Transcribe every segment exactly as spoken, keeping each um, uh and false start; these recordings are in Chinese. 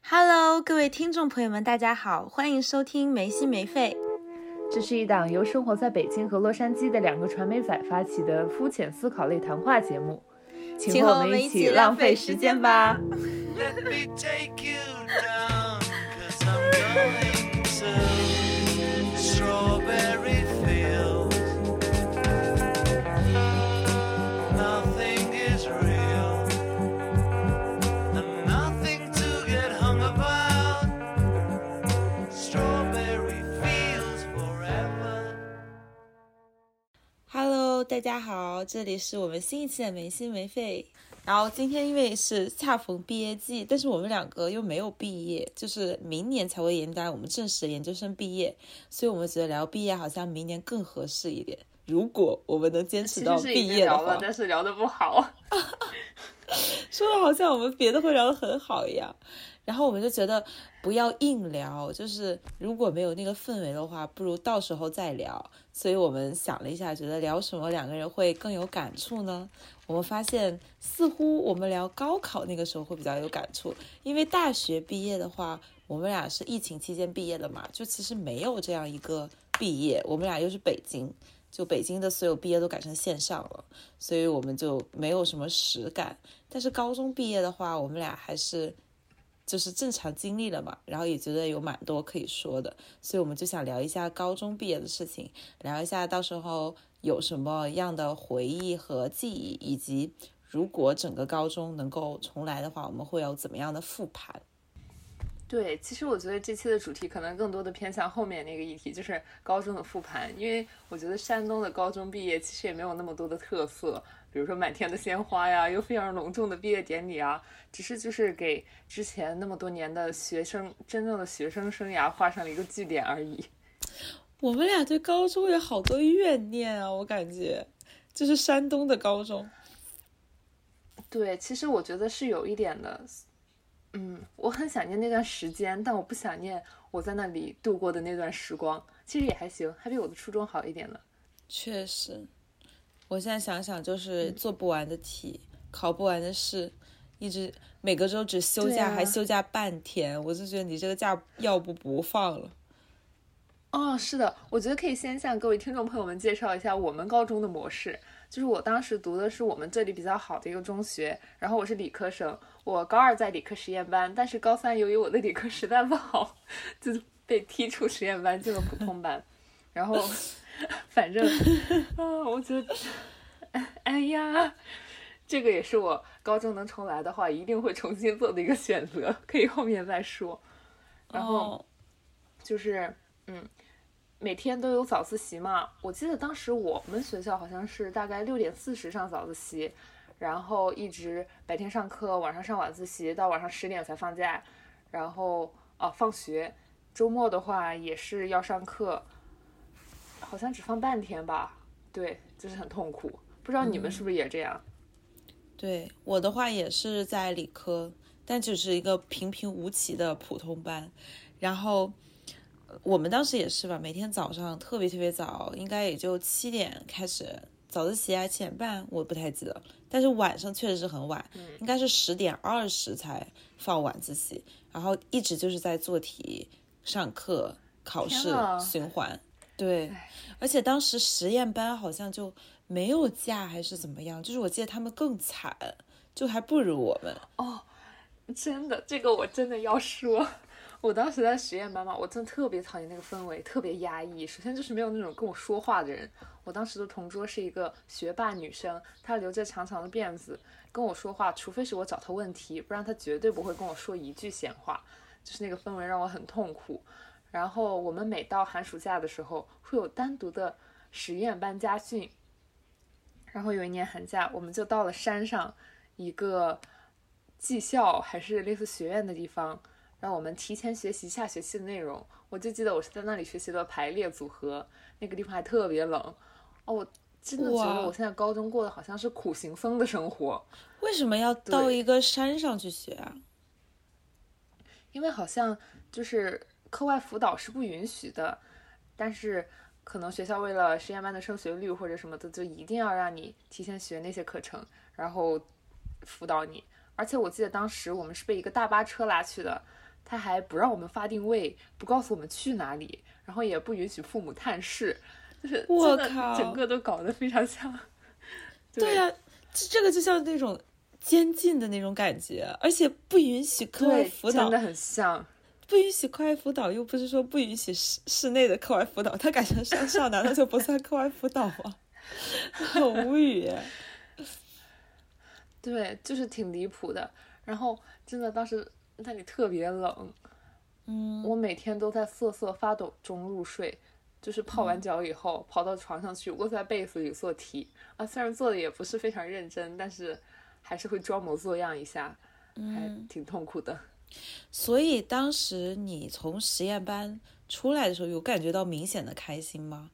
Hello， 各位听众朋友们，大家好，欢迎收听没心没肺。 这是一档由生活在北京和洛杉矶的两个传媒仔发起的肤浅思考类谈话节目，请和我们一起浪费时间吧。Let me take you down, 'cause I'm going to strawberry fields. Nothing is real, and nothing to get hung about. Strawberry fields forever. Hello， 大家好，这里是我们新一期的没心没肺。然后今天因为是恰逢毕业季，但是我们两个又没有毕业，就是明年才会迎来我们正式的研究生毕业，所以我们觉得聊毕业好像明年更合适一点。如果我们能坚持到毕业的话， 其实是已经聊了，但是聊得不好。 说的好像我们别的会聊得很好一样。然后我们就觉得不要硬聊，就是如果没有那个氛围的话，不如到时候再聊。所以我们想了一下，觉得聊什么两个人会更有感触呢？我们发现似乎我们聊高考那个时候会比较有感触，因为大学毕业的话，我们俩是疫情期间毕业的嘛，就其实没有这样一个毕业，我们俩又是北京，就北京的所有毕业都改成线上了，所以我们就没有什么实感。但是高中毕业的话，我们俩还是就是正常经历了嘛，然后也觉得有蛮多可以说的，所以我们就想聊一下高中毕业的事情，聊一下到时候有什么样的回忆和记忆，以及如果整个高中能够重来的话，我们会有怎么样的复盘。 对，其实我觉得这期的主题可能更多的偏向后面那个议题，就是高中的复盘，因为我觉得山东的高中毕业其实也没有那么多的特色，比如说满天的鲜花呀，又非常隆重的毕业典礼啊，只是就是给之前那么多年的学生真正的学生生涯画上了一个句点而已。 我们俩对高中有好多怨念啊，我感觉就是山东的高中。 对，其实我觉得是有一点的。嗯，我很想念那段时间，但我不想念我在那里度过的那段时光。其实也还行，还比我的初中好一点呢。 确实，我现在想想就是做不完的题、嗯、考不完的试，一直每个周只休假、啊、还休假半天，我就觉得你这个假要不不放了。 哦，是的，我觉得可以先向各位听众朋友们介绍一下我们高中的模式。就是我当时读的是我们这里比较好的一个中学，然后我是理科生，我高二在理科实验班，但是高三由于我的理科实在不好，就被踢出实验班进了普通班。然后反正啊，我觉得哎呀，这个也是我高中能重来的话一定会重新做的一个选择，可以后面再说。然后就是嗯每天都有早自习嘛，我记得当时我们学校好像是大概六点四十上早自习，然后一直白天上课，晚上上晚自习，到晚上十点才放假，然后哦放学，周末的话也是要上课，好像只放半天吧，对，就是很痛苦。不知道你们是不是也这样？ 嗯、对，我的话也是在理科，但只是一个平平无奇的普通班，然后我们当时也是吧，每天早上特别特别早，应该也就七点开始早自习啊，七点半我不太记得，但是晚上确实是很晚， 嗯、 应该是十点二十才放晚自习，然后一直就是在做题、上课、考试循环。对，而且当时实验班好像就没有假还是怎么样，就是我记得他们更惨，就还不如我们。 哦，真的，这个我真的要说。我当时在实验班嘛，我真的特别讨厌那个氛围，特别压抑。首先就是没有那种跟我说话的人。我当时的同桌是一个学霸女生，她留着长长的辫子，跟我说话，除非是我找她问题，不然她绝对不会跟我说一句闲话。就是那个氛围让我很痛苦。然后我们每到寒暑假的时候，会有单独的实验班家训。然后有一年寒假，我们就到了山上一个技校还是类似学院的地方。让我们提前学习下学期的内容，我就记得我是在那里学习的排列组合，那个地方还特别冷哦，我真的觉得我现在高中过的好像是苦行僧的生活。 为什么要到一个山上去学啊？ 因为好像就是课外辅导是不允许的，但是可能学校为了实验班的升学率或者什么的，就一定要让你提前学那些课程，然后辅导你。而且我记得当时我们是被一个大巴车拉去的， 他还不让我们发定位，不告诉我们去哪里，然后也不允许父母探视，就是真的整个都搞得非常像。 对呀、啊，这个就像那种监禁的那种感觉，而且不允许课外辅导， 真的很像。 不允许课外辅导，又不是说不允许室室内的课外辅导，他改成上上难道就不算课外辅导吗？很无语。 对，就是挺离谱的。然后真的当时那里特别冷， 嗯， 我每天都在瑟瑟发抖中入睡，就是泡完脚以后、嗯、跑到床上去窝在被子里做题啊，虽然做的也不是非常认真，但是还是会装模作样一下，还挺痛苦的。 所以当时你从实验班出来的时候，有感觉到明显的开心吗？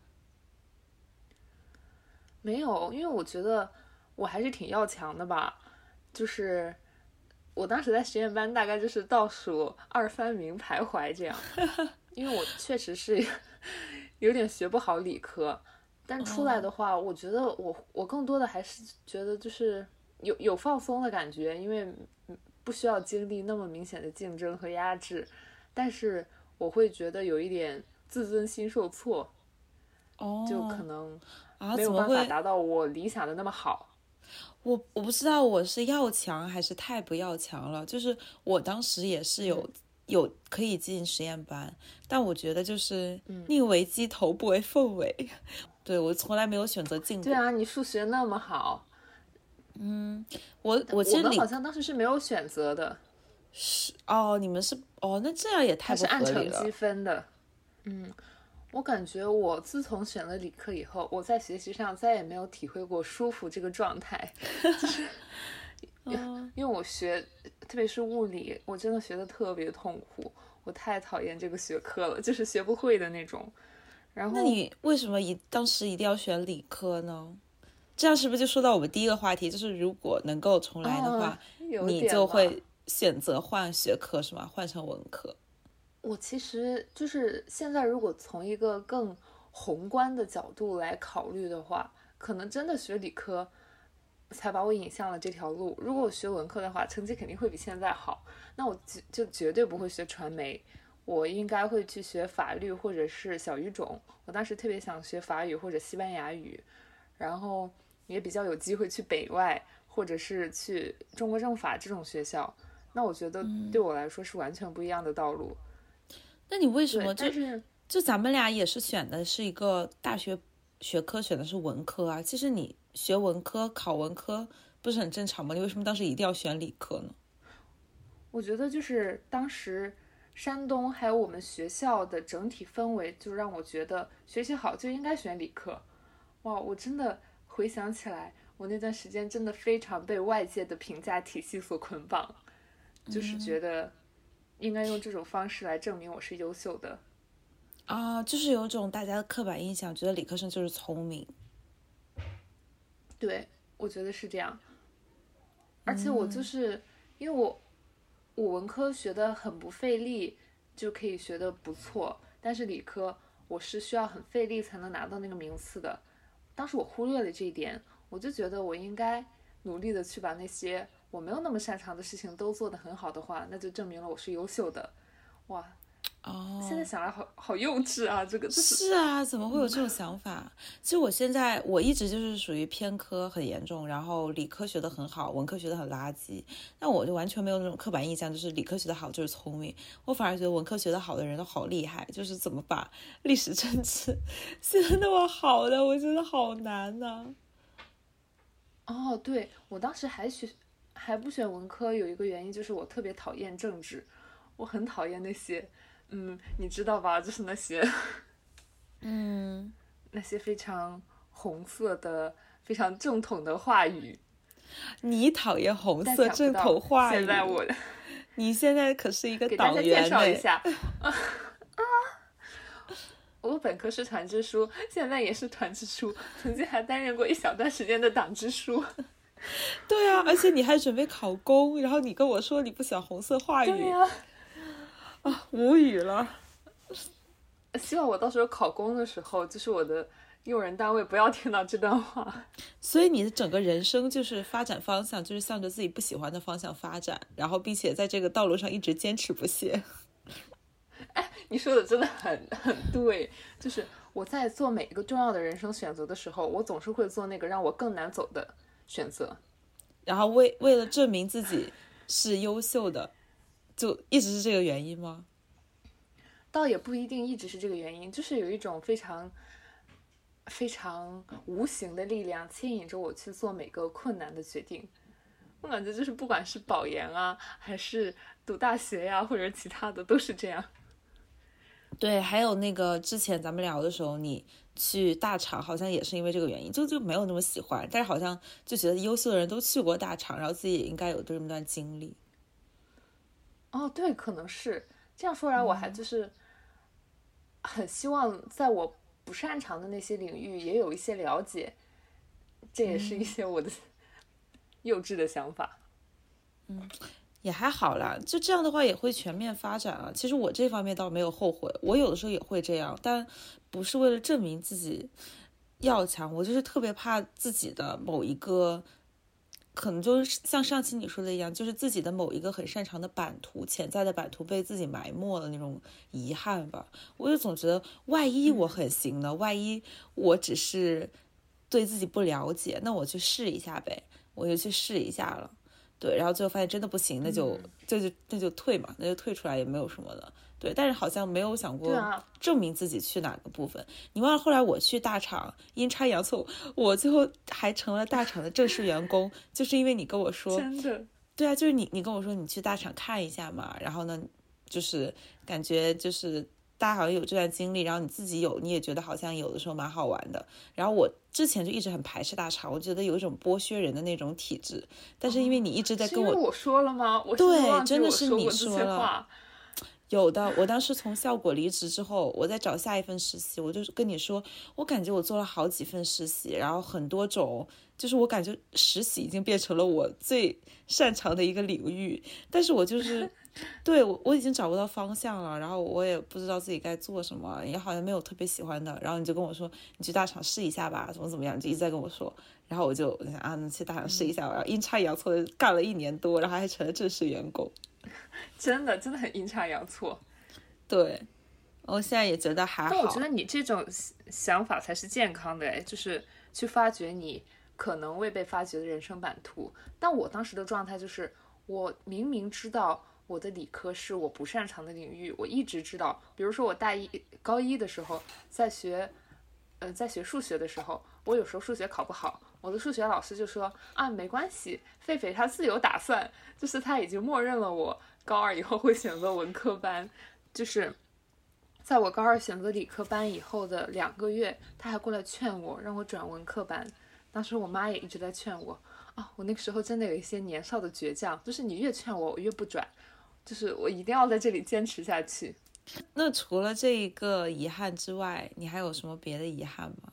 没有，因为我觉得我还是挺要强的吧，就是我当时在实验班大概就是倒数二三名徘徊这样，因为我确实是有点学不好理科，但出来的话，我觉得我我更多的还是觉得就是有有放松的感觉，因为不需要经历那么明显的竞争和压制，但是我会觉得有一点自尊心受挫， 哦， 就可能没有办法达到我理想的那么好。 我我不知道我是要强还是太不要强了，就是我当时也是有、嗯、有可以进实验班，但我觉得就是宁为鸡头不为凤尾、嗯、对，我从来没有选择进过。 对啊，你数学那么好。 嗯，我我其实我们好像当时是没有选择的。 是哦，你们是哦，那这样也太不合理了。 它是按成绩分的。嗯，我感觉我自从选了理科以后，我在学习上再也没有体会过舒服这个状态。就是因为我学，特别是物理，我真的学的特别痛苦，我太讨厌这个学科了，就是学不会的那种。然后， 那你为什么一当时一定要选理科呢？这样是不是就说到我们第一个话题，就是如果能够重来的话、 哦、 你就会选择换学科是吗？换成文科？ 我其实就是现在如果从一个更宏观的角度来考虑的话，可能真的学理科才把我引向了这条路。如果我学文科的话，成绩肯定会比现在好，那我就绝对不会学传媒，我应该会去学法律或者是小语种。我当时特别想学法语或者西班牙语，然后也比较有机会去北外或者是去中国政法这种学校，那我觉得对我来说是完全不一样的道路。 嗯、那你为什么就就是就咱们俩也是选的是一个大学学科，选的是文科啊，其实你学文科考文科不是很正常吗？你为什么当时一定要选理科呢？ 我觉得就是当时山东还有我们学校的整体氛围就让我觉得学习好就应该选理科。哇，我真的回想起来，我那段时间真的非常被外界的评价体系所捆绑，就是觉得应该用这种方式来证明我是优秀的啊，就是有种大家的刻板印象，觉得理科生就是聪明。 对，我觉得是这样。而且我就是、嗯、因为我我文科学的很不费力就可以学得不错，但是理科我是需要很费力才能拿到那个名次的。当时我忽略了这一点，我就觉得我应该努力的去把那些我没有那么擅长的事情都做得很好的话，那就证明了我是优秀的。哇， 哦， 现在想来好好幼稚啊，这个是啊，怎么会有这种想法？其实我现在我一直就是属于偏科很严重，然后理科学得很好，文科学得很垃圾。但我就完全没有那种刻板印象，就是理科学得好就是聪明。我反而觉得文科学得好的人都好厉害，就是怎么把历史政治写得那么好的，我觉得好难呐、 啊。哦，对，我当时还学还不选文科，有一个原因就是我特别讨厌政治，我很讨厌那些。嗯，你知道吧？就是那些， 嗯， 那些非常红色的、非常正统的话语。 你讨厌红色正统话语？ 现在我， 你现在可是一个党员。 给大家介绍一下啊啊！我本科是团支书，现在也是团支书，曾经还担任过一小段时间的党支书。 对啊，而且你还准备考公，然后你跟我说你不喜欢红色话语。 对呀、啊。 啊，无语了。 希望我到时候考公的时候，就是我的用人单位不要听到这段话。 所以你的整个人生就是发展方向就是向着自己不喜欢的方向发展，然后并且在这个道路上一直坚持不懈。 你说的真的很很对，就是我在做每一个重要的人生选择的时候，我总是会做那个让我更难走的选择， 然后为为了证明自己是优秀的，就一直是这个原因吗？ 倒也不一定一直是这个原因，就是有一种非常非常无形的力量牵引着我去做每个困难的决定。我感觉就是不管是保研啊，还是读大学呀、啊，或者其他的，都是这样。 对，还有那个之前咱们聊的时候，你去大厂好像也是因为这个原因，就就没有那么喜欢，但是好像就觉得优秀的人都去过大厂，然后自己也应该有这么段经历。 哦，对，可能是这样说来，我还就是很希望在我不擅长的那些领域也有一些了解，这也是一些我的幼稚的想法。 嗯，也还好啦，就这样的话也会全面发展啊。其实我这方面倒没有后悔，我有的时候也会这样，但不是为了证明自己要强，我就是特别怕自己的某一个，可能就是像上期你说的一样，就是自己的某一个很擅长的版图，潜在的版图被自己埋没了那种遗憾吧。我就总觉得，万一我很行呢？万一我只是对自己不了解，那我去试一下呗，我就去试一下了。对，然后最后发现真的不行，那就、嗯、就就那就退嘛，那就退出来也没有什么的。对，但是好像没有想过证明自己去哪个部分。啊、你忘了后来我去大厂，阴差阳错，我最后还成了大厂的正式员工，就是因为你跟我说， 真的， 对啊，就是你你跟我说你去大厂看一下嘛，然后呢，就是感觉就是大家好像有这段经历，然后你自己有，你也觉得好像有的时候蛮好玩的。然后我之前就一直很排斥大厂，我觉得有一种剥削人的那种体质。但是因为你一直在跟我， 哦、是因为我说了吗？我对，真的是你说了。有的，我当时从效果离职之后，我在找下一份实习，我就跟你说，我感觉我做了好几份实习，然后很多种，就是我感觉实习已经变成了我最擅长的一个领域，但是我就是。对，我我已经找不到方向了，然后我也不知道自己该做什么，也好像没有特别喜欢的。然后你就跟我说，你去大厂试一下吧，怎么怎么样，你就一直在跟我说。然后我就我想啊，那去大厂试一下，然后阴差阳错的干了一年多，然后还成了正式员工。 真的真的很阴差阳错。 对，我现在也觉得还好。 但我觉得你这种想法才是健康的，就是去发掘你可能未被发掘的人生版图。但我当时的状态就是，我明明知道我的理科是我不擅长的领域，我一直知道。比如说我大一高一的时候在学，呃，在学数学的时候，我有时候数学考不好，我的数学老师就说啊，没关系，狒狒他自有打算，就是他已经默认了我高二以后会选择文科班，就是在我高二选择理科班以后的两个月，他还过来劝我让我转文科班。当时我妈也一直在劝我啊，我那个时候真的有一些年少的倔强，就是你越劝我，我越不转。就是我一定要在这里坚持下去。 那除了这一个遗憾之外，你还有什么别的遗憾吗？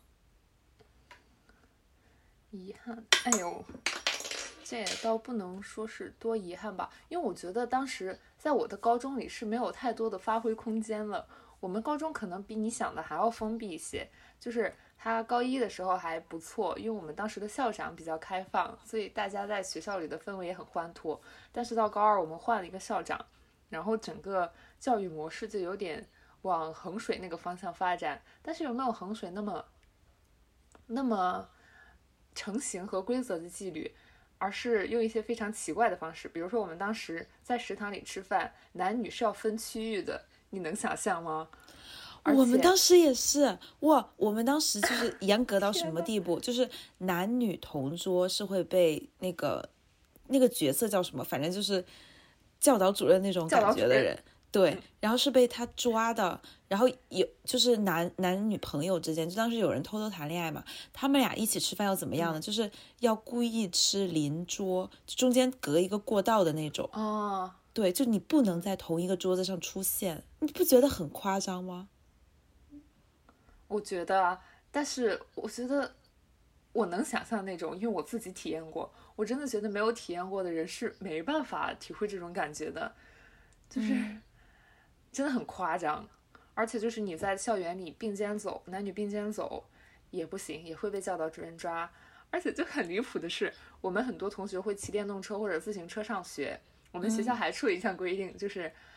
遗憾，哎呦，这也倒不能说是多遗憾吧，因为我觉得当时在我的高中里是没有太多的发挥空间了。我们高中可能比你想的还要封闭一些，就是他高一的时候还不错，因为我们当时的校长比较开放，所以大家在学校里的氛围也很欢脱。但是到高二我们换了一个校长，然后整个教育模式就有点往衡水那个方向发展，但是有没有衡水那么那么成型和规则的纪律，而是用一些非常奇怪的方式。比如说我们当时在食堂里吃饭，男女是要分区域的，你能想象吗？ 我们当时也是哇，我们当时就是严格到什么地步，就是男女同桌是会被那个那个角色叫什么，反正就是教导主任那种感觉的人，对，然后是被他抓的，然后有就是男男女朋友之间，就当时有人偷偷谈恋爱嘛，他们俩一起吃饭要怎么样呢？嗯、就是要故意吃邻桌，中间隔一个过道的那种。 哦， 对，就你不能在同一个桌子上出现，你不觉得很夸张吗？ 我觉得啊，但是我觉得我能想象那种，因为我自己体验过，我真的觉得没有体验过的人是没办法体会这种感觉的，就是真的很夸张。而且就是你在校园里并肩走，男女并肩走也不行，也会被教导主任抓。而且就很离谱的是，我们很多同学会骑电动车或者自行车上学，我们学校还出了一项规定，就是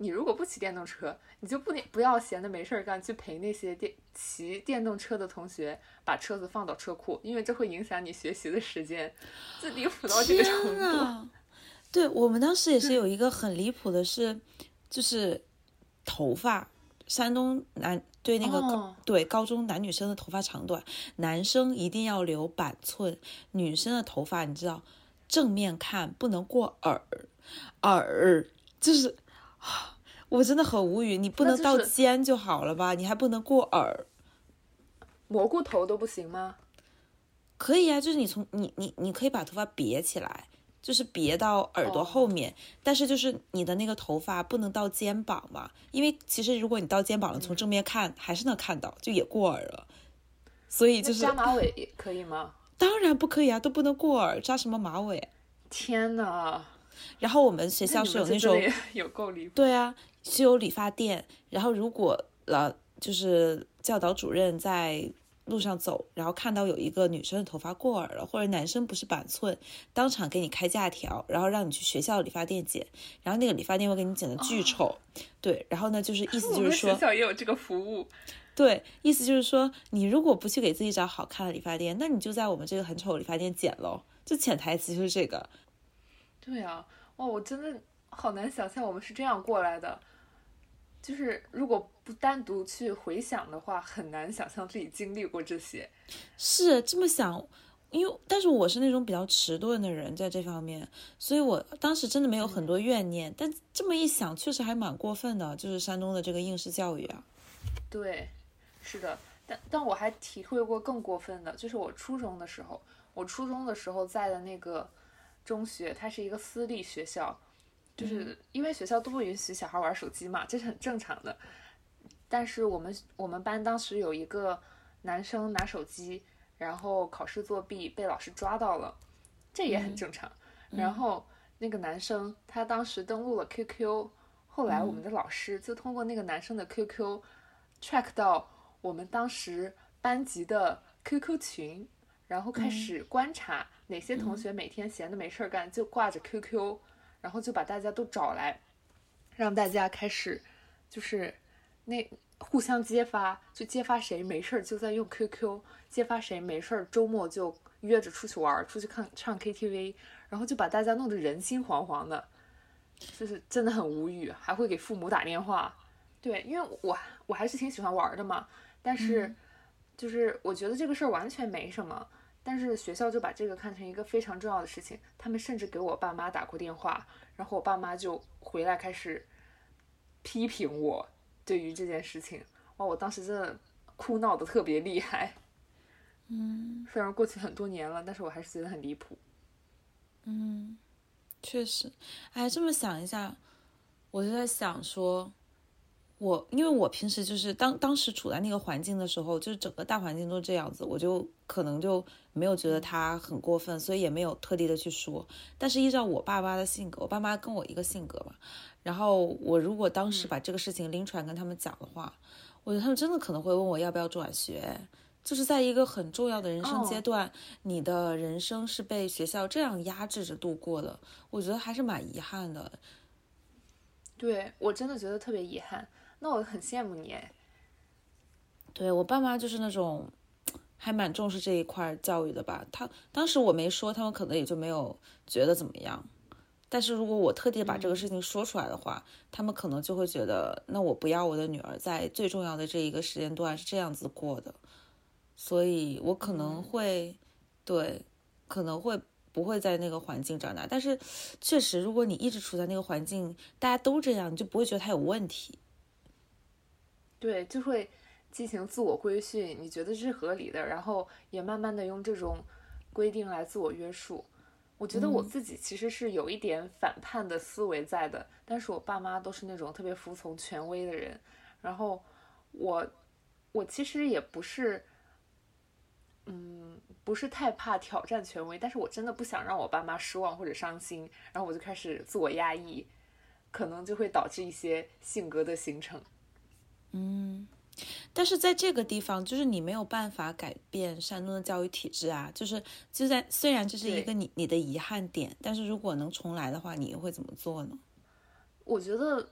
你如果不骑电动车，你就不不要闲的没事干去陪那些电骑电动车的同学把车子放到车库，因为这会影响你学习的时间，就离谱到这个程度。 啊、对，我们当时也是有一个很离谱的是，就是头发，山东男对那个、 哦、 对高中男女生的头发长短，男生一定要留板寸，女生的头发你知道正面看不能过耳，耳就是。我真的很无语，你不能到肩就好了吧，你还不能过耳， 蘑菇头都不行吗？ 可以啊，就是你从你你你可以把头发别起来，就是别到耳朵后面， 哦、 但是就是你的那个头发不能到肩膀嘛，因为其实如果你到肩膀了，从正面看、嗯、还是能看到，就也过耳了，所以就是扎马尾可以吗？ 当然不可以啊，都不能过耳，扎什么马尾？ 天哪！ 然后我们学校是有那种有够离谱， 对啊，是有理发店，然后如果了就是教导主任在路上走，然后看到有一个女生的头发过耳了，或者男生不是板寸，当场给你开假条，然后让你去学校理发店剪，然后那个理发店会给你剪的巨丑、哦、对，然后呢就是意思就是说我们学校也有这个服务， 对，意思就是说你如果不去给自己找好看的理发店，那你就在我们这个很丑的理发店剪咯，就潜台词就是这个。 对啊，哇，我真的好难想象我们是这样过来的，就是如果不单独去回想的话，很难想象自己经历过这些。 是这么想，因为但是我是那种比较迟钝的人，在这方面，所以我当时真的没有很多怨念、嗯、但这么一想确实还蛮过分的，就是山东的这个应试教育啊。 对，是的，但但我还体会过更过分的，就是我初中的时候，我初中的时候在的那个中学，它是一个私立学校，就是因为学校都不允许小孩玩手机嘛，这是很正常的。但是我们我们班当时有一个男生拿手机，然后考试作弊被老师抓到了，这也很正常。嗯、然后那个男生他当时登录了 Q Q， 后来我们的老师就通过那个男生的 Q Q track 到我们当时班级的 Q Q 群，然后开始观察哪些同学每天闲的没事干就挂着 Q Q， 然后就把大家都找来，让大家开始就是那互相揭发，就揭发谁没事就在用 Q Q， 揭发谁没事周末就约着出去玩，出去看唱 K T V， 然后就把大家弄得人心惶惶的，就是真的很无语，还会给父母打电话。对，因为我我还是挺喜欢玩的嘛，但是就是我觉得这个事儿完全没什么，但是学校就把这个看成一个非常重要的事情，他们甚至给我爸妈打过电话，然后我爸妈就回来开始批评我对于这件事情。哇，我当时真的哭闹的特别厉害。 嗯， 虽然过去很多年了，但是我还是觉得很离谱。 嗯，确实。哎，这么想一下，我就在想说我因为我平时就是当当时处在那个环境的时候，就是整个大环境都这样子，我就可能就没有觉得他很过分，所以也没有特地的去说。但是依照我爸妈的性格，我爸妈跟我一个性格嘛，然后我如果当时把这个事情拎出来跟他们讲的话，我觉得他们真的可能会问我要不要转学。就是在一个很重要的人生阶段、oh. 你的人生是被学校这样压制着度过的，我觉得还是蛮遗憾的。 对，我真的觉得特别遗憾。那我很羡慕你哎。 对，我爸妈就是那种还蛮重视这一块教育的吧，他当时我没说，他们可能也就没有觉得怎么样，但是如果我特地把这个事情说出来的话、嗯、他们可能就会觉得那我不要我的女儿在最重要的这一个时间段是这样子过的，所以我可能会、嗯、对可能会不会在那个环境长大，但是确实如果你一直处在那个环境大家都这样，你就不会觉得它有问题。 对，就会进行自我规训，你觉得是合理的，然后也慢慢的用这种规定来自我约束。我觉得我自己其实是有一点反叛的思维在的、嗯、但是我爸妈都是那种特别服从权威的人，然后我我其实也不是嗯，不是太怕挑战权威，但是我真的不想让我爸妈失望或者伤心，然后我就开始自我压抑，可能就会导致一些性格的形成。 嗯，但是在这个地方就是你没有办法改变山东的教育体制啊，就是就在虽然这是一个你你的遗憾点，但是如果能重来的话你会怎么做呢？ 我觉得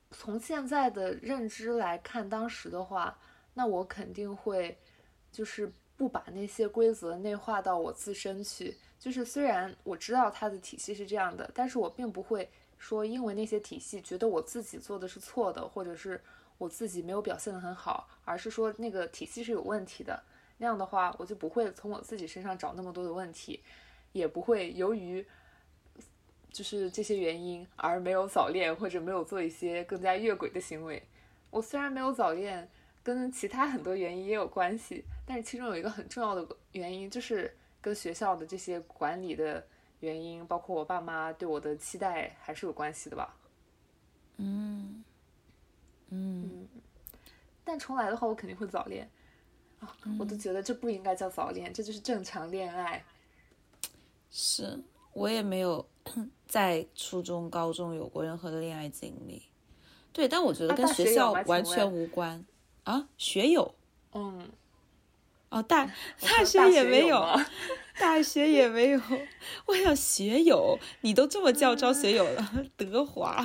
从现在的认知来看，当时的话，那我肯定会就是不把那些规则内化到我自身去。就是虽然我知道它的体系是这样的，但是我并不会说因为那些体系觉得我自己做的是错的，或者是我自己没有表现得很好，而是说那个体系是有问题的。那样的话，我就不会从我自己身上找那么多的问题，也不会由于就是这些原因而没有早恋，或者没有做一些更加越轨的行为。我虽然没有早恋，跟其他很多原因也有关系，但是其中有一个很重要的原因，就是跟学校的这些管理的原因，包括我爸妈对我的期待，还是有关系的吧。 嗯嗯， 但重来的话，我肯定会早恋啊！我都觉得这不应该叫早恋，这就是正常恋爱。 是我也没有在初中、高中有过任何的恋爱经历。对，但我觉得跟啊大学学校有吗完全请问无关啊。学友嗯， 哦，大大我说大学也没有吗？ 大学也没有。我想学友，你都这么叫招学友了，德华。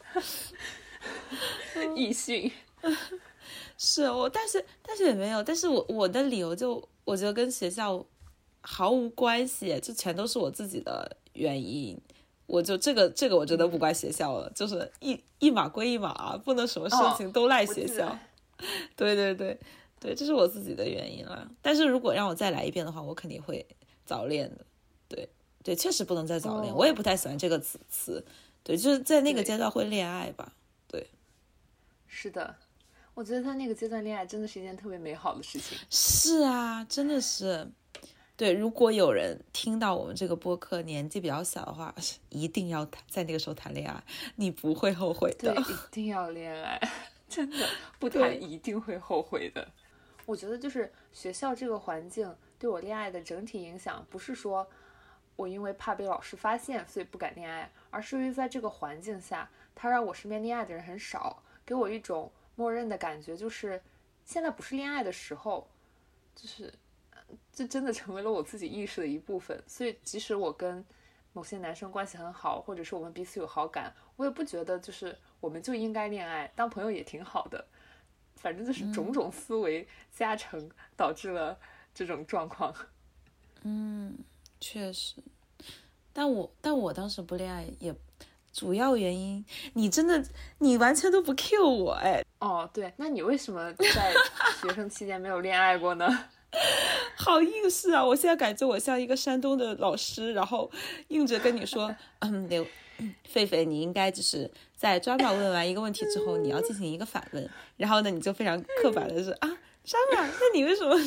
易训。 是我大学大学也没有，但是我我的理由就我觉得跟学校毫无关系，就全都是我自己的原因。我就这个这个我真的不怪学校了，就是一一码归一码，不能什么事情都赖学校。 哦、 对对对对，这是我自己的原因了。但是如果让我再来一遍的话，我肯定会早恋的。对对，确实不能再早恋， 哦、 我也不太喜欢这个词词。对，就是在那个阶段会恋爱吧。对， 是的。我觉得他那个阶段恋爱真的是一件特别美好的事情。 是啊，真的是。对，如果有人听到我们这个播客年纪比较小的话，一定要在那个时候谈恋爱，你不会后悔的。 对，一定要恋爱，真的不谈一定会后悔的。我觉得就是学校这个环境对我恋爱的整体影响，不是说我因为怕被老师发现所以不敢恋爱，而是因为在这个环境下，它让我身边恋爱的人很少，给我一种默认的感觉，就是现在不是恋爱的时候，就是这真的成为了我自己意识的一部分。所以即使我跟某些男生关系很好，或者是我们彼此有好感，我也不觉得就是我们就应该恋爱，当朋友也挺好的。反正就是种种思维加成导致了这种状况。 嗯，确实。但我但我当时不恋爱也主要原因，你真的你完全都不 cue 我哎。 哦，对，那你为什么在学生期间没有恋爱过呢？ 好应试啊！我现在感觉我像一个山东的老师，然后硬着跟你说，嗯，刘狒狒，你应该就是在抓马问完一个问题之后，你要进行一个反问，然后呢，你就非常刻板的是啊，抓马，那你为什么？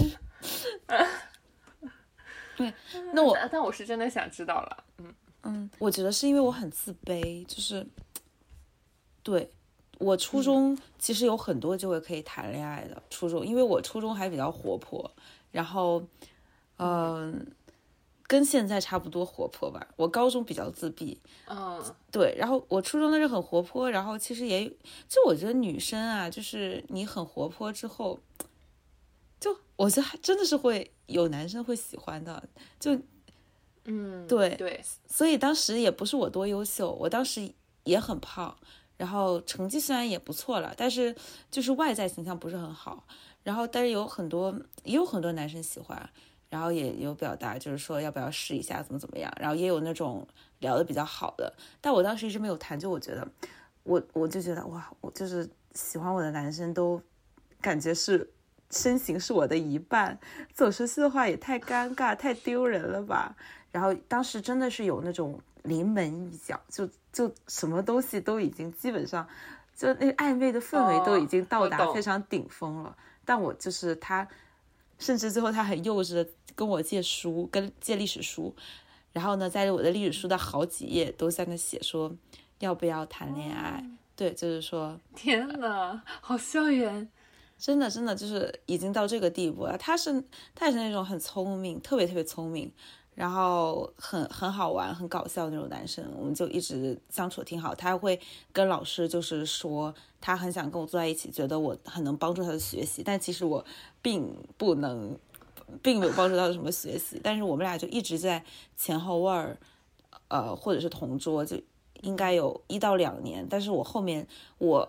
对，那我但我是真的想知道了，嗯嗯，我觉得是因为我很自卑，就是对。我初中其实有很多机会可以谈恋爱的，初中，因为我初中还比较活泼，然后，嗯、呃，跟现在差不多活泼吧。我高中比较自闭， 嗯， 对，然后我初中的时候很活泼，然后其实也，就我觉得女生啊，就是你很活泼之后，就我觉得还真的是会有男生会喜欢的，就， 嗯， 对对， 所以当时也不是我多优秀，我当时也很胖。然后成绩虽然也不错了，但是就是外在形象不是很好。然后但是有很多也有很多男生喜欢，然后也有表达就是说要不要试一下怎么怎么样，然后也有那种聊得比较好的。但我当时一直没有谈，就我觉得我我就觉得哇，我就是喜欢我的男生都感觉是身形是我的一半，走出去的话也太尴尬太丢人了吧。然后当时真的是有那种临门一脚，就就什么东西都已经基本上，就那暧昧的氛围都已经到达非常顶峰了。哦、但我就是他，甚至最后他很幼稚的跟我借书，跟借历史书，然后呢，在我的历史书的好几页都在那写说要不要谈恋爱。哦、对，就是说， 天哪，好校园。 真的真的就是已经到这个地步了。他是他也是那种很聪明，特别特别聪明。然后很很好玩很搞笑的那种男生，我们就一直相处挺好。他还会跟老师就是说他很想跟我坐在一起，觉得我很能帮助他的学习，但其实我并不能并没有帮助他的什么学习。但是我们俩就一直在前后位儿呃或者是同桌，就应该有一到两年。但是我后面我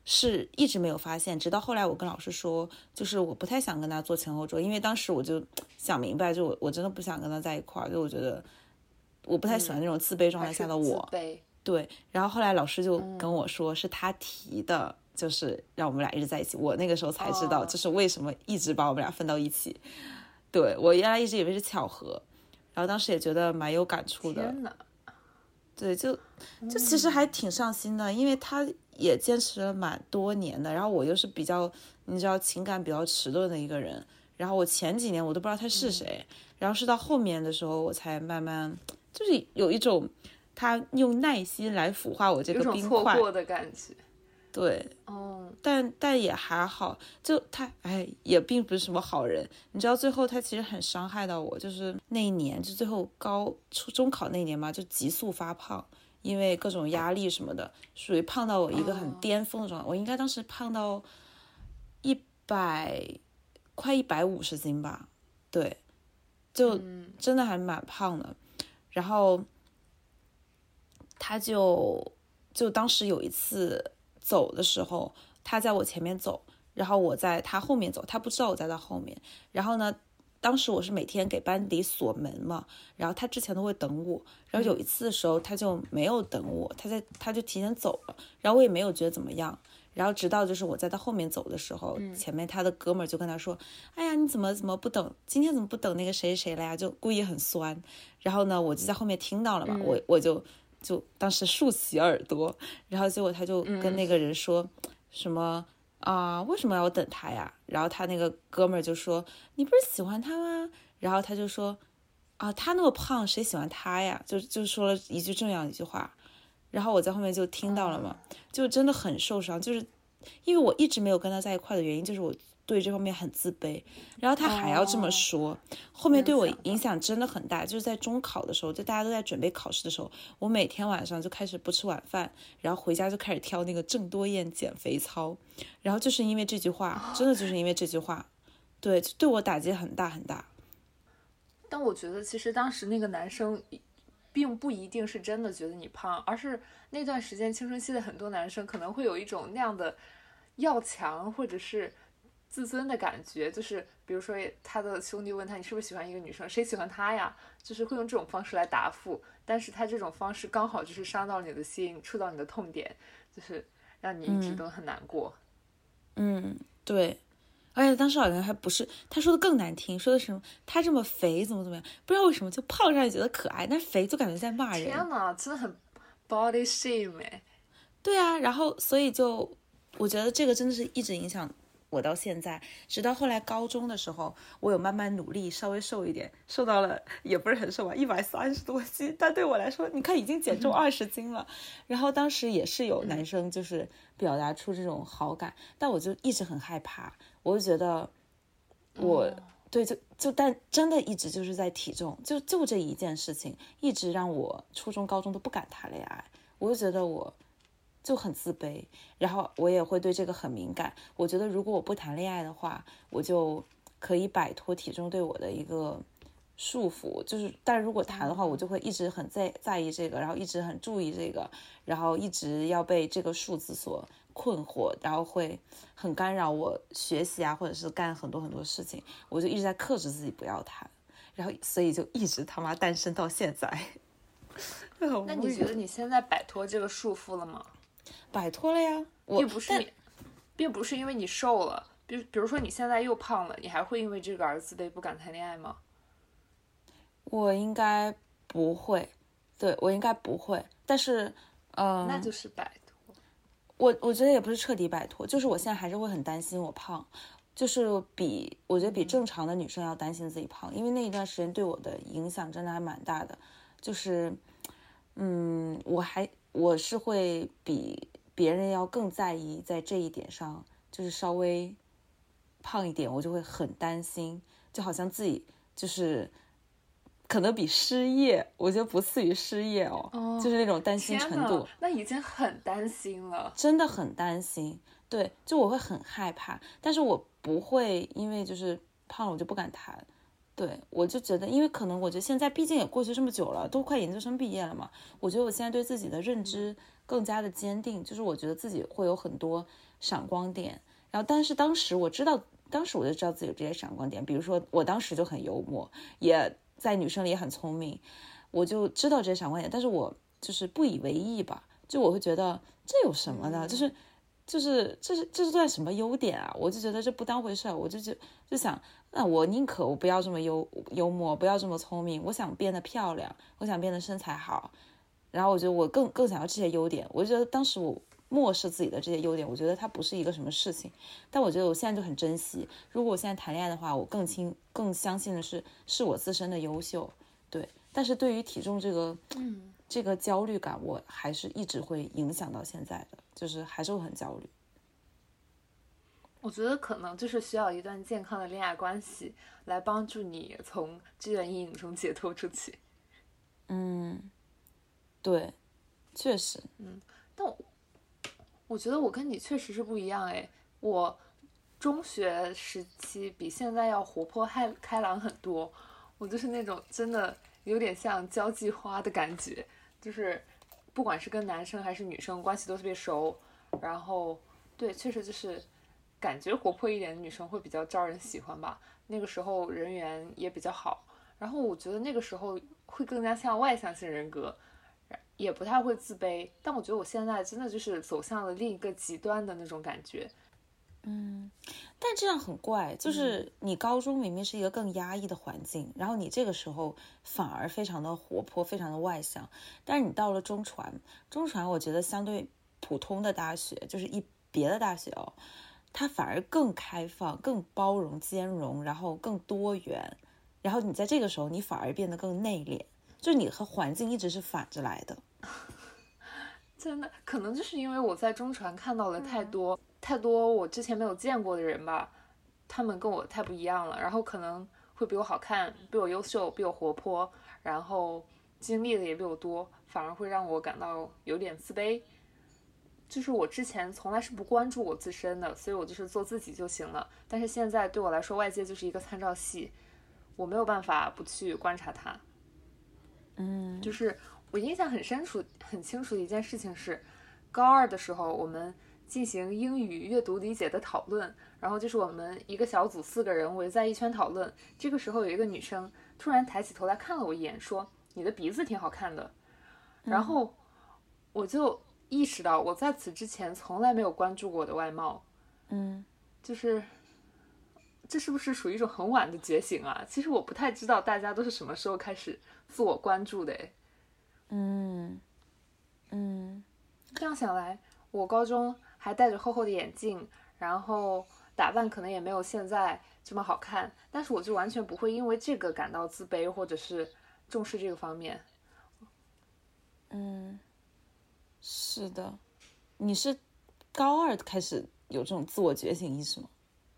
是一直没有发现，直到后来我跟老师说，就是我不太想跟他做前后桌，因为当时我就想明白，就我我真的不想跟他在一块儿，就我觉得我不太喜欢那种自卑状态下的我。 嗯、 对，然后后来老师就跟我说，是他提的，就是让我们俩一直在一起。我那个时候才知道，就是为什么一直把我们俩分到一起。哦、对，我原来一直以为是巧合，然后当时也觉得蛮有感触的。 天哪！ 对，就就其实还挺上心的，因为他也坚持了蛮多年的，然后我又是比较你知道情感比较迟钝的一个人，然后我前几年我都不知道他是谁，嗯、然后是到后面的时候我才慢慢就是有一种他用耐心来腐化我这个冰块， 有种错过的感觉。 对， 哦， 但但也还好，就他哎也并不是什么好人，你知道最后他其实很伤害到我，就是那一年就最后高初中考那年嘛，就急速发胖，因为各种压力什么的，属于胖到我一个很巅峰的状态，哦、我应该当时胖到一百快一百五十斤吧，对，就真的还蛮胖的，嗯、然后他就就当时有一次走的时候，他在我前面走，然后我在他后面走，他不知道我在他后面。然后呢，当时我是每天给班里锁门嘛，然后他之前都会等我，然后有一次的时候他就没有等我，他在他就提前走了，然后我也没有觉得怎么样。然后直到就是我在他后面走的时候，前面他的哥们儿就跟他说：“哎呀，你怎么怎么不等？今天怎么不等那个谁谁了呀？”就故意很酸。然后呢，我就在后面听到了嘛，我我就。就当时竖起耳朵，然后结果他就跟那个人说、嗯、什么啊、呃，为什么要等他呀？然后他那个哥们儿就说，你不是喜欢他吗？然后他就说啊，他那么胖，谁喜欢他呀？就就说了一句这样一句话，然后我在后面就听到了嘛，就真的很受伤，就是因为我一直没有跟他在一块的原因，就是我对这方面很自卑，然后他还要这么说、哦、后面对我影响真的很大，就是在中考的时候，就大家都在准备考试的时候，我每天晚上就开始不吃晚饭，然后回家就开始挑那个郑多燕减肥操，然后就是因为这句话、哦、真的就是因为这句话，对，对我打击很大很大。 但我觉得其实当时那个男生并不一定是真的觉得你胖，而是那段时间青春期的很多男生可能会有一种那样的要强或者是自尊的感觉，就是比如说他的兄弟问他你是不是喜欢一个女生，谁喜欢他呀，就是会用这种方式来答复，但是他这种方式刚好就是伤到你的心，触到你的痛点，就是让你一直都很难过。 嗯，嗯对，而且当时好像还不是他说的更难听，说的什么他这么肥怎么怎么样，不知道为什么就胖上去觉得可爱，但是肥就感觉在骂人。 天哪，真的很 body shame 哎。 对啊，然后所以就我觉得这个真的是一直影响我到现在，直到后来高中的时候，我有慢慢努力，稍微瘦一点，瘦到了也不是很瘦吧，一百三十多斤，但对我来说，你看已经减重二十斤了。然后当时也是有男生就是表达出这种好感，但我就一直很害怕，我就觉得我、哦、对就就但真的一直就是在体重，就就这一件事情，一直让我初中高中都不敢谈恋爱，我就觉得我。就很自卑，然后我也会对这个很敏感。我觉得如果我不谈恋爱的话，我就可以摆脱体重对我的一个束缚。就是，但如果谈的话，我就会一直很在在意这个，然后一直很注意这个，然后一直要被这个数字所困惑，然后会很干扰我学习啊，或者是干很多很多事情。我就一直在克制自己不要谈，然后所以就一直他妈单身到现在。 那你觉得你现在摆脱这个束缚了吗？ 摆脱了呀， 并不是你，并不是因为你瘦了，比比如说你现在又胖了，你还会因为这个而自卑不敢谈恋爱吗？ 我应该不会，对我应该不会，但是，嗯， 那就是摆脱。 我我觉得也不是彻底摆脱，就是我现在还是会很担心我胖，就是比我觉得比正常的女生要担心自己胖，嗯、因为那一段时间对我的影响真的还蛮大的，就是，嗯，我还我是会比。别人要更在意在这一点上，就是稍微胖一点我就会很担心，就好像自己就是可能比失业我觉得不次于失业 哦, 哦就是那种担心程度， 那已经很担心了， 真的很担心，对，就我会很害怕，但是我不会因为就是胖了我就不敢谈， 对，我就觉得，因为可能我觉得现在毕竟也过去这么久了，都快研究生毕业了嘛，我觉得我现在对自己的认知更加的坚定，就是我觉得自己会有很多闪光点，然后但是当时我知道，当时我就知道自己有这些闪光点，比如说我当时就很幽默，也在女生里也很聪明，我就知道这些闪光点，但是我就是不以为意吧，就我会觉得这有什么呢？就是就是这是这算什么优点啊？我就觉得这不当回事儿，我就就就想，那我宁可我不要这么幽幽默，不要这么聪明，我想变得漂亮，我想变得身材好，然后我觉得我更更想要这些优点，我就觉得当时我漠视自己的这些优点，我觉得它不是一个什么事情，但我觉得我现在就很珍惜。如果我现在谈恋爱的话，我更亲更相信的是是我自身的优秀，对。但是对于体重这个， 嗯， 这个焦虑感，我还是一直会影响到现在的，就是还是会很焦虑。 我觉得可能就是需要一段健康的恋爱关系来帮助你从这段阴影中解脱出去。 嗯，对，确实。 嗯，但我我觉得我跟你确实是不一样哎，我中学时期比现在要活泼开开朗很多，我就是那种真的有点像交际花的感觉，就是不管是跟男生还是女生关系都特别熟，然后对，确实就是感觉活泼一点的女生会比较招人喜欢吧。那个时候人缘也比较好，然后我觉得那个时候会更加像外向型人格，也不太会自卑。但我觉得我现在真的就是走向了另一个极端的那种感觉。 嗯，但这样很怪，就是你高中明明是一个更压抑的环境，然后你这个时候反而非常的活泼，非常的外向，但是你到了中传，中传我觉得相对普通的大学，就是一别的大学哦，它反而更开放、更包容、兼容，然后更多元，然后你在这个时候你反而变得更内敛，就是你和环境一直是反着来的。 真的，可能就是因为我在中传看到了太多、嗯、太多我之前没有见过的人吧，他们跟我太不一样了，然后可能会比我好看，比我优秀，比我活泼，然后经历的也比我多，反而会让我感到有点自卑。就是我之前从来是不关注我自身的，所以我就是做自己就行了。但是现在对我来说，外界就是一个参照系，我没有办法不去观察它。 嗯， 就是我印象很深楚、很清楚的一件事情是，高二的时候我们进行英语阅读理解的讨论，然后就是我们一个小组四个人围在一圈讨论。这个时候有一个女生突然抬起头来看了我一眼，说：“你的鼻子挺好看的。”然后我就意识到，我在此之前从来没有关注过我的外貌。 嗯， 就是这是不是属于一种很晚的觉醒啊？其实我不太知道大家都是什么时候开始自我关注的诶。 嗯嗯， 这样想来，我高中还戴着厚厚的眼镜，然后打扮可能也没有现在这么好看，但是我就完全不会因为这个感到自卑，或者是重视这个方面。 嗯，是的，你是高二开始有这种自我觉醒意识吗？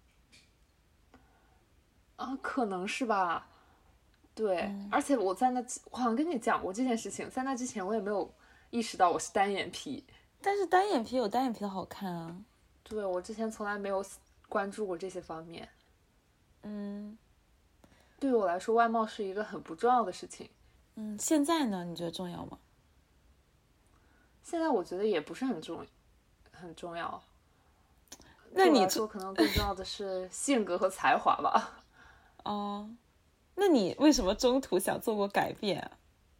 啊，可能是吧。对， 嗯、 而且我在那，我好像跟你讲过这件事情，在那之前我也没有意识到我是单眼皮。 但是单眼皮有单眼皮的好看啊。 对，我之前从来没有关注过这些方面。 嗯， 对我来说，外貌是一个很不重要的事情。 嗯，现在呢？你觉得重要吗？ 现在我觉得也不是很重，很重要。 那你对我来说，可能更重要的是性格和才华吧。 哦，那你为什么中途想做过改变啊？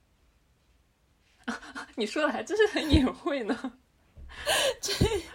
你说的还真是很隐晦呢。 这，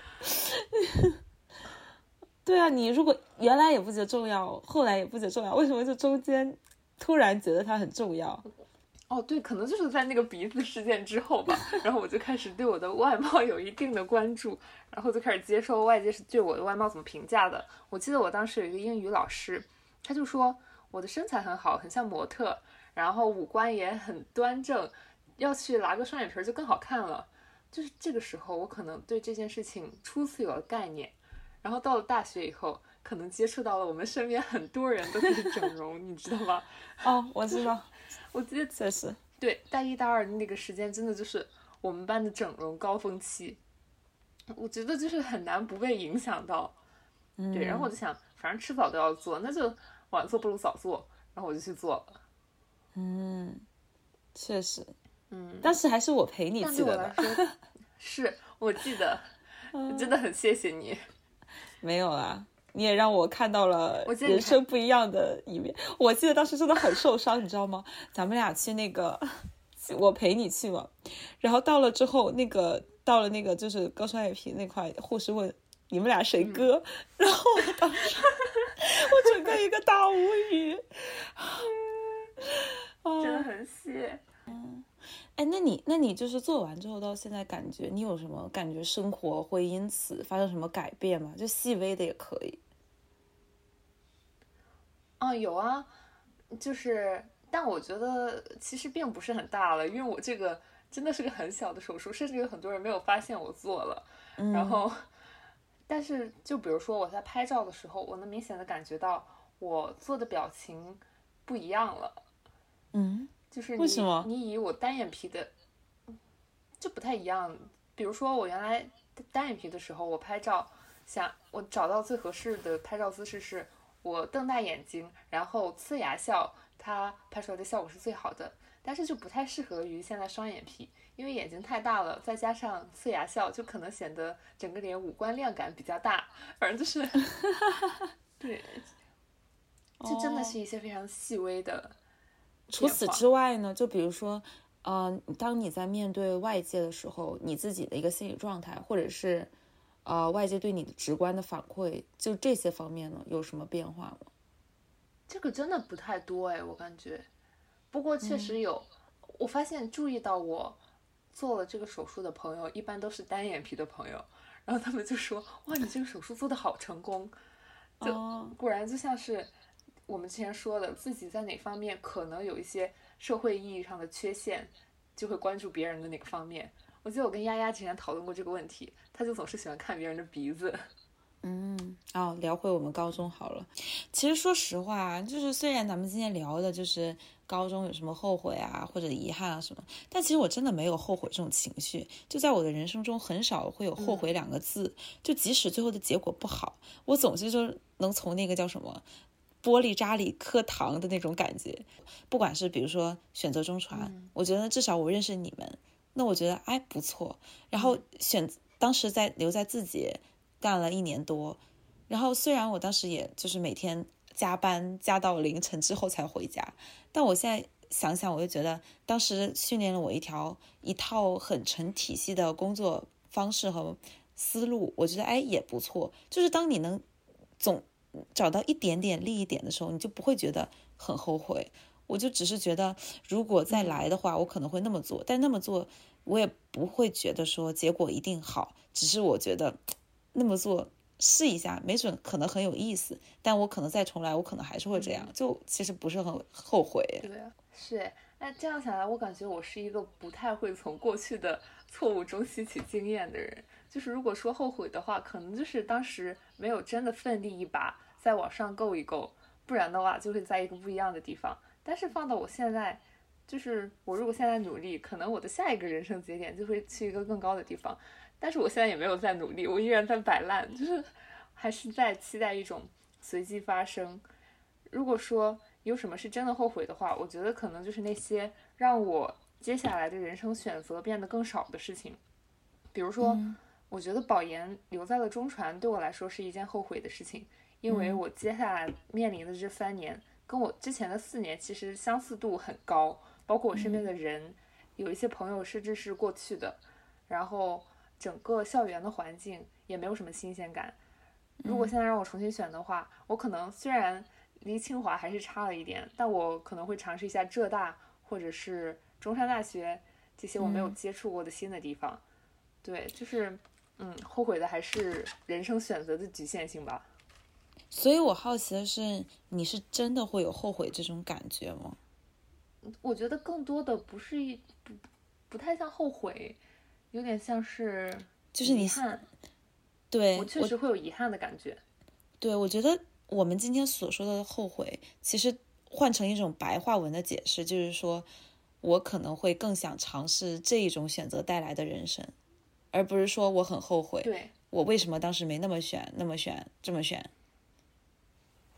对啊，你如果原来也不觉得重要，后来也不觉得重要，为什么就中间突然觉得它很重要？ 哦，对，可能就是在那个鼻子事件之后吧，然后我就开始对我的外貌有一定的关注，然后就开始接受外界是对我的外貌怎么评价的。我记得我当时有一个英语老师，他就说我的身材很好，很像模特，然后五官也很端正，要去拉个双眼皮就更好看了。就是这个时候，我可能对这件事情初次有了概念，然后到了大学以后，可能接触到了我们身边很多人都开始整容，你知道吗？ 哦，我知道。 我记得确实， 对，大一大二的那个时间真的就是我们班的整容高峰期，我觉得就是很难不被影响到。 嗯， 对，然后我就想，反正迟早都要做，那就晚做不如早做。 然后我就去做了。 嗯，确实， 嗯， 当时还是我陪你但对我去的呢。 来说，是我记得，真的很谢谢你。 没有啦，你也让我看到了我记得你还人生不一样的一面。我记得当时真的很受伤，你知道吗？咱们俩去那个，我陪你去嘛，然后到了之后，那个到了那个就是高双眼皮那块，护士问你们俩谁割， 嗯、 然后我当时我整个一个大无语， 真的很谢。 嗯，哎，那你那你就是做完之后到现在，感觉你有什么感觉生活会因此发生什么改变吗？就细微的也可以。 啊，有啊，就是，但我觉得其实并不是很大了，因为我这个真的是个很小的手术，甚至有很多人没有发现我做了。 嗯、 然后，但是就比如说我在拍照的时候，我能明显的感觉到我做的表情不一样了。 嗯， 就是为什么？ 你以我单眼皮的就不太一样。比如说我原来单眼皮的时候，我拍照想我找到最合适的拍照姿势是我瞪大眼睛，然后呲牙笑，它拍出来的效果是最好的。但是就不太适合于现在双眼皮，因为眼睛太大了，再加上呲牙笑，就可能显得整个脸五官亮感比较大。反正就是对，这真的是一些非常细微的。 除此之外呢，就比如说，呃，当你在面对外界的时候，你自己的一个心理状态，或者是呃外界对你的直观的反馈，就这些方面呢，有什么变化吗？ 这个真的不太多哎，我感觉。不过确实有，嗯、我发现注意到我做了这个手术的朋友，一般都是单眼皮的朋友，然后他们就说：“哇，你这个手术做得好成功！”就果然就像是我们之前说的，自己在哪方面可能有一些社会意义上的缺陷，就会关注别人的哪个方面。我记得我跟丫丫之前讨论过这个问题，她就总是喜欢看别人的鼻子。 嗯，哦，聊回我们高中好了。其实说实话，就是虽然咱们今天聊的就是高中有什么后悔啊或者遗憾啊什么，但其实我真的没有后悔这种情绪，就在我的人生中很少会有后悔两个字。嗯、就即使最后的结果不好，我总是就能从那个叫什么玻璃渣里磕糖的那种感觉。不管是比如说选择中传，嗯、我觉得至少我认识你们，那我觉得哎不错。然后选、嗯、当时在留在字节干了一年多，然后虽然我当时也就是每天加班加到凌晨之后才回家，但我现在想想，我就觉得当时训练了我一条一套很成体系的工作方式和思路，我觉得哎也不错。就是当你能总找到一点点利益点的时候，你就不会觉得很后悔。我就只是觉得，如果再来的话，我可能会那么做，但那么做我也不会觉得说结果一定好，只是我觉得那么做试一下，没准可能很有意思，但我可能再重来，我可能还是会这样，就其实不是很后悔。 对啊，是。那这样想来，我感觉我是一个不太会从过去的错误中吸取经验的人。就是如果说后悔的话，可能就是当时没有真的奋力一把再往上够一够，不然的话就会在一个不一样的地方。但是放到我现在，就是我如果现在努力，可能我的下一个人生节点就会去一个更高的地方。但是我现在也没有在努力，我依然在摆烂，就是还是在期待一种随机发生。如果说有什么是真的后悔的话，我觉得可能就是那些让我接下来的人生选择变得更少的事情。比如说，嗯、我觉得保研留在了中传对我来说是一件后悔的事情，因为我接下来面临的这三年跟我之前的四年其实相似度很高，包括我身边的人，嗯、有一些朋友甚至是过去的，然后整个校园的环境也没有什么新鲜感。如果现在让我重新选的话，我可能虽然离清华还是差了一点，但我可能会尝试一下浙大或者是中山大学这些我没有接触过的新的地方。嗯、对，就是嗯，后悔的还是人生选择的局限性吧。 所以我好奇的是，你是真的会有后悔这种感觉吗？ 我觉得更多的不是一不不太像后悔，有点像是就是你遗憾。 对， 我确实会有遗憾的感觉。 对，我觉得我们今天所说的后悔，其实换成一种白话文的解释，就是说我可能会更想尝试这一种选择带来的人生，而不是说我很后悔， 对， 我为什么当时没那么选那么选这么选。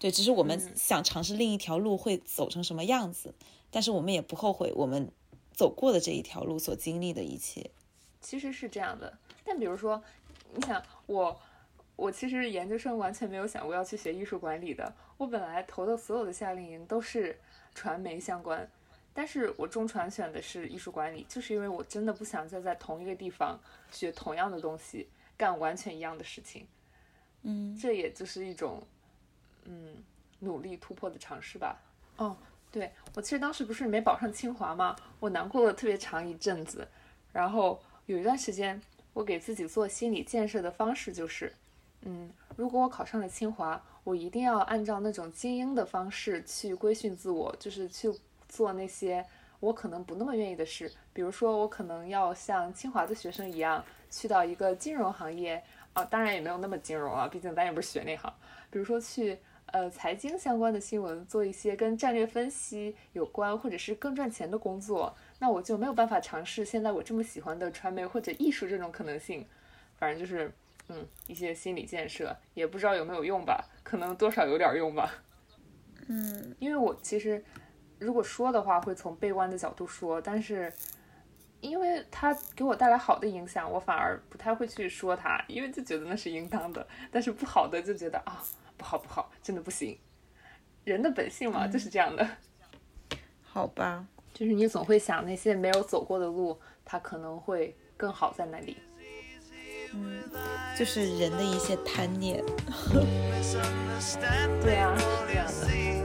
对，只是我们想尝试另一条路会走成什么样子，嗯、但是我们也不后悔我们走过的这一条路所经历的一切。 其实是这样的，但比如说，你想我，我其实研究生完全没有想过要去学艺术管理的，我本来投的所有的夏令营都是传媒相关，但是我中传选的是艺术管理，就是因为我真的不想再在同一个地方学同样的东西，干完全一样的事情。 嗯， 这也就是一种嗯努力突破的尝试吧。哦，对，我其实当时不是没保上清华吗？我难过了特别长一阵子，然后有一段时间我给自己做心理建设的方式就是嗯，如果我考上了清华，我一定要按照那种精英的方式去规训自我，就是去做那些我可能不那么愿意的事，比如说我可能要像清华的学生一样去到一个金融行业啊，当然也没有那么金融啊，毕竟咱也不是学那行，比如说去呃财经相关的新闻，做一些跟战略分析有关或者是更赚钱的工作，那我就没有办法尝试现在我这么喜欢的传媒或者艺术这种可能性。反正就是嗯一些心理建设，也不知道有没有用吧，可能多少有点用吧。 嗯， 因为我其实如果说的话会从悲观的角度说，但是因为它给我带来好的影响，我反而不太会去说它，因为就觉得那是应当的，但是不好的就觉得啊不好不好，真的不行，人的本性嘛、嗯、就是这样的。 好吧， 就是你总会想那些没有走过的路，它可能会更好在那里。 嗯，就是人的一些贪念。 对啊，是这样的。